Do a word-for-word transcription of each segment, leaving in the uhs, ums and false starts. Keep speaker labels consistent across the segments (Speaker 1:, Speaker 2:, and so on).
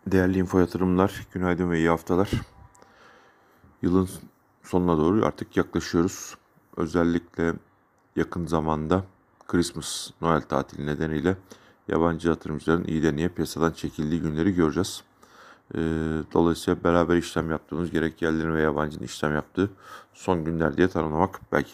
Speaker 1: Değerli info yatırımlar, günaydın ve iyi haftalar. Yılın sonuna doğru artık yaklaşıyoruz. Özellikle yakın zamanda Christmas, Noel tatili nedeniyle yabancı yatırımcıların iyiden iyiye piyasadan çekildiği günleri göreceğiz. Ee, dolayısıyla beraber işlem yaptığımız, gerek yerlilerin ve yabancının işlem yaptığı son günler diye tanımlamak belki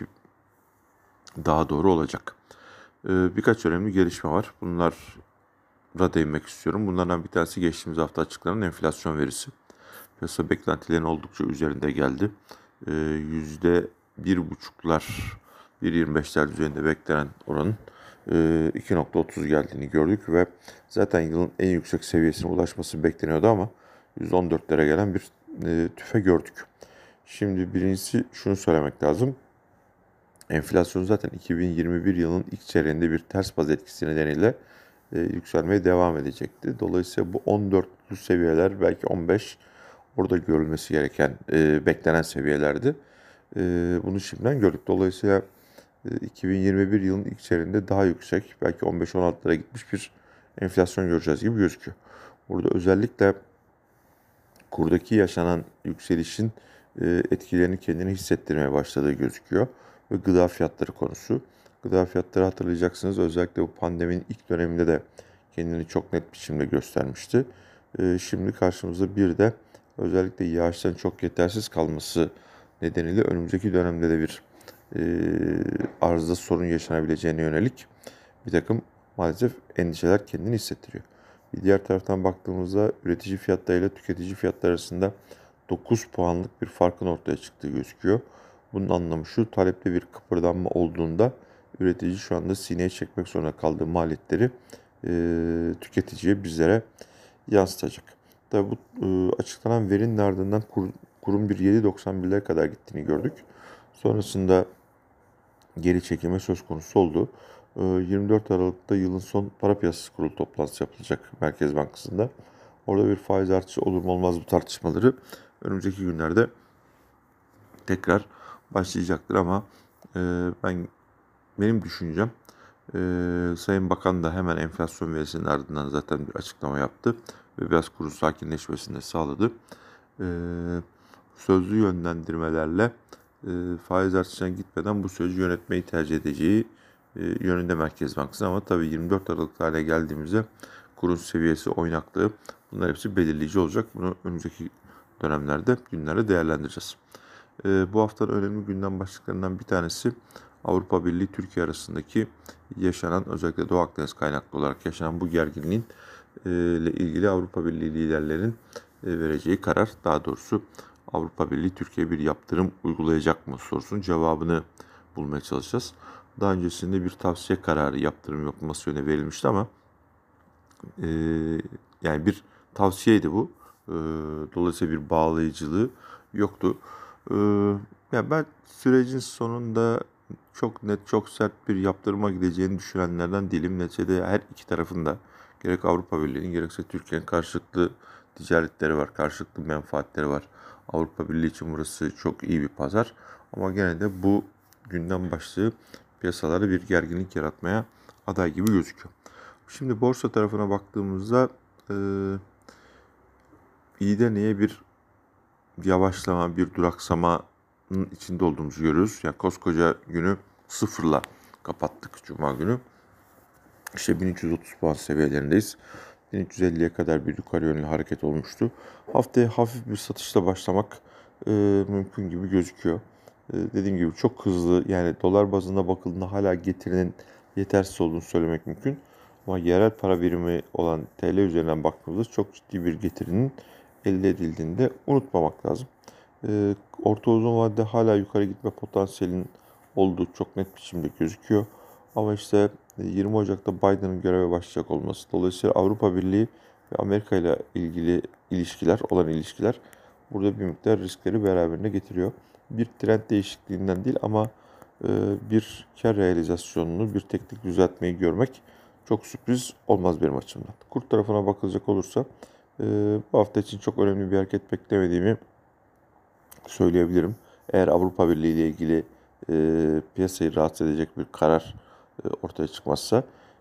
Speaker 1: daha doğru olacak. Ee, birkaç önemli gelişme var. Bunlara değinmek istiyorum. Bunlardan bir tanesi geçtiğimiz hafta açıklanan enflasyon verisi. Piyasa beklentilerin oldukça üzerinde geldi. Ee, yüzde bir buçuklar, bir virgül yirmi beşler üzerinde beklenen oranın e, iki nokta otuz geldiğini gördük ve zaten yılın en yüksek seviyesine ulaşması bekleniyordu ama yüzde on dörtlere gelen bir e, tüfe gördük. Şimdi birincisi şunu söylemek lazım. Enflasyon zaten iki bin yirmi bir yılının ilk çeyreğinde bir ters baz etkisi nedeniyle e, yükselmeye devam edecekti. Dolayısıyla bu on dörtlü seviyeler, belki on beş, orada görülmesi gereken, e, beklenen seviyelerdi. E, bunu şimdiden gördük. Dolayısıyla e, iki bin yirmi bir yılının ilk çeyreğinde daha yüksek, belki on beş on altılara gitmiş bir enflasyon göreceğiz gibi gözüküyor. Burada özellikle kurdaki yaşanan yükselişin e, etkilerini kendini hissettirmeye başladığı gözüküyor. Ve gıda fiyatları konusu. Gıda fiyatları, hatırlayacaksınız, özellikle bu pandeminin ilk döneminde de kendini çok net biçimde göstermişti. E, şimdi karşımızda bir de özellikle yağışların çok yetersiz kalması nedeniyle önümüzdeki dönemde de bir e, arzda sorun yaşanabileceğine yönelik bir takım maalesef endişeler kendini hissettiriyor. Bir diğer taraftan baktığımızda üretici fiyatları ile tüketici fiyatları arasında dokuz puanlık bir farkın ortaya çıktığı gözüküyor. Bunun anlamı şu: talepte bir kıpırdanma olduğunda üretici şu anda sineye çekmek zorunda kaldığı maliyetleri e, tüketiciye, bizlere yansıtacak. Tabi bu e, açıklanan verinin ardından kur, kurun bir yedi virgül doksan birlere kadar gittiğini gördük. Sonrasında geri çekilme söz konusu oldu. yirmi dört Aralık'ta yılın son para piyasası kurulu toplantısı yapılacak Merkez Bankası'nda. Orada bir faiz artışı olur mu olmaz bu tartışmaları önümüzdeki günlerde tekrar başlayacaktır ama e, ben benim düşüncem, e, Sayın Bakan da hemen enflasyon verisinin ardından zaten bir açıklama yaptı ve biraz kurun sakinleşmesini de sağladı. E, sözlü yönlendirmelerle e, faiz artışına gitmeden bu süreci yönetmeyi tercih edeceği e, yönünde Merkez Bankası, ama tabii yirmi dört Aralık tarihine geldiğimizde kurun seviyesi, oynaklığı, bunlar hepsi belirleyici olacak. Bunu önümüzdeki dönemlerde, günlerde değerlendireceğiz. E, bu haftanın önemli gündem başlıklarından bir tanesi Avrupa Birliği Türkiye arasındaki yaşanan, özellikle Doğu Akdeniz kaynaklı olarak yaşanan bu gerginliğin e, ile ilgili Avrupa Birliği liderlerin e, vereceği karar. Daha doğrusu Avrupa Birliği Türkiye'ye bir yaptırım uygulayacak mı sorusunun cevabını bulmaya çalışacağız. Daha öncesinde bir tavsiye kararı yaptırım yapılması yönüne verilmişti ama e, yani bir tavsiyeydi bu. E, dolayısıyla bir bağlayıcılığı yoktu. E, yani ben sürecin sonunda çok net, çok sert bir yaptırıma gideceğini düşünenlerden değilim. Neticede her iki tarafın da, gerek Avrupa Birliği'nin gerekse Türkiye'nin karşılıklı ticaretleri var, karşılıklı menfaatleri var. Avrupa Birliği için burası çok iyi bir pazar. Ama gene de bu gündem başlığı piyasalarda bir gerginlik yaratmaya aday gibi gözüküyor. Şimdi borsa tarafına baktığımızda e, iyiden iyiye bir yavaşlama, bir duraksamanın içinde olduğumuzu görüyoruz. Yani koskoca günü sıfırla kapattık Cuma günü. İşte bin üç yüz otuz puan seviyelerindeyiz. bin üç yüz elliye kadar bir yukarı yönlü hareket olmuştu. Haftaya hafif bir satışla başlamak e, mümkün gibi gözüküyor. E, dediğim gibi çok hızlı, yani dolar bazında bakıldığında hala getirinin yetersiz olduğunu söylemek mümkün. Ama yerel para birimi olan T L üzerinden baktığımızda çok ciddi bir getirinin elde edildiğini de unutmamak lazım. E, orta uzun vadede hala yukarı gitme potansiyelinin olduğu çok net biçimde gözüküyor. Ama işte yirmi Ocak'ta Biden'ın göreve başlayacak olması, dolayısıyla Avrupa Birliği ve Amerika ile ilgili ilişkiler, olan ilişkiler burada bir miktar riskleri beraberine getiriyor. Bir trend değişikliğinden değil ama e, bir kar realizasyonunu, bir teknik düzeltmeyi görmek çok sürpriz olmaz benim açımdan. Kur tarafına bakılacak olursa e, bu hafta için çok önemli bir hareket beklemediğimi söyleyebilirim. Eğer Avrupa Birliği ile ilgili e, piyasayı rahatsız edecek bir karar e, ortaya çıkmazsa.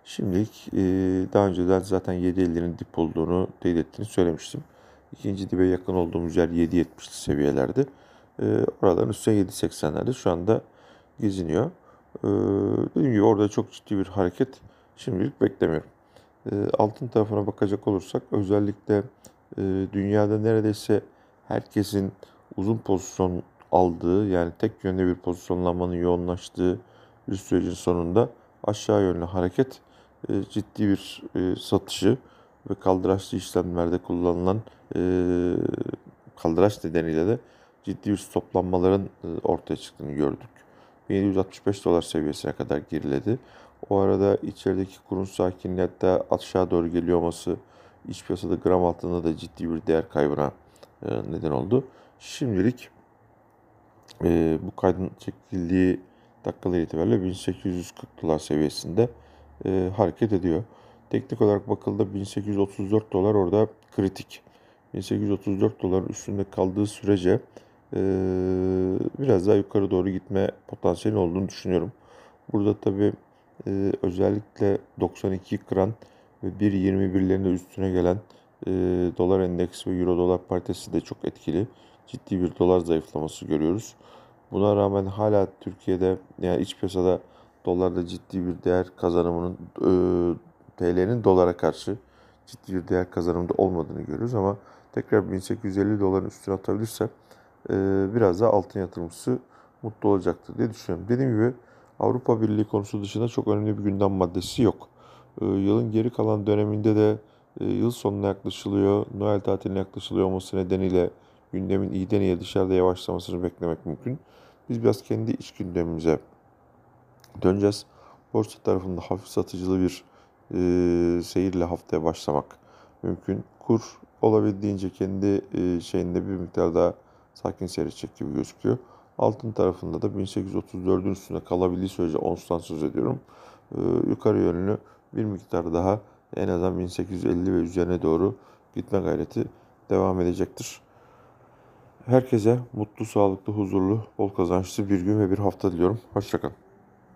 Speaker 1: Şimdilik e, daha önceden zaten yedi ellilerin dip olduğunu teyit ettiğini söylemiştim. İkinci dibe yakın olduğumuz yer yedi yetmişli seviyelerde. E, oraların üstüne yedi seksenlerde şu anda geziniyor. E, dediğim gibi orada çok ciddi bir hareket şimdilik beklemiyorum. E, altın tarafına bakacak olursak özellikle e, dünyada neredeyse herkesin uzun pozisyon aldığı, yani tek yönde bir pozisyonlanmanın yoğunlaştığı bir sürecin sonunda aşağı yönlü hareket e, ciddi bir e, satışı ve kaldıraçlı işlemlerde kullanılan e, kaldıraç nedeniyle de ciddi bir stoplanmaların e, ortaya çıktığını gördük. bin yedi yüz altmış beş dolar seviyesine kadar geriledi. O arada içerideki kurun sakinliği hatta aşağı doğru geliyor olması iç piyasada gram altında da ciddi bir değer kaybına e, neden oldu. Şimdilik e, bu kaydın çekildiği dakikalar itibariyle bin sekiz yüz kırk dolar seviyesinde e, hareket ediyor. Teknik olarak bakıldığında bin sekiz yüz otuz dört dolar orada kritik. bin sekiz yüz otuz dört doların üstünde kaldığı sürece e, biraz daha yukarı doğru gitme potansiyeli olduğunu düşünüyorum. Burada tabii e, özellikle doksan iki kıran ve bir yirmi birlerin üstüne gelen e, dolar endeksi ve euro dolar paritesi de çok etkili. Ciddi bir dolar zayıflaması görüyoruz. Buna rağmen hala Türkiye'de, yani iç piyasada dolarda ciddi bir değer kazanımının e, T L'nin dolara karşı ciddi bir değer kazanımında olmadığını görüyoruz ama tekrar bin sekiz yüz elli doların üstüne atabilirse e, biraz daha altın yatırımcısı mutlu olacaktır diye düşünüyorum. Dediğim gibi Avrupa Birliği konusu dışında çok önemli bir gündem maddesi yok. E, yılın geri kalan döneminde de e, yıl sonuna yaklaşılıyor, Noel tatiline yaklaşılıyor olması nedeniyle gündemin iyiden iyiye dışarıda yavaşlamasını beklemek mümkün. Biz biraz kendi iç gündemimize döneceğiz. Borsa tarafında hafif satıcılı bir e, seyirle haftaya başlamak mümkün. Kur olabildiğince kendi e, şeyinde bir miktar daha sakin seyredecek gibi gözüküyor. Altın tarafında da bin sekiz yüz otuz dördün üstünde kalabildiği sürece onstan söz ediyorum. E, yukarı yönlü bir miktar daha en azından bin sekiz yüz elli ve üzerine doğru gitme gayreti devam edecektir. Herkese mutlu, sağlıklı, huzurlu, bol kazançlı bir gün ve bir hafta diliyorum. Hoşça kalın.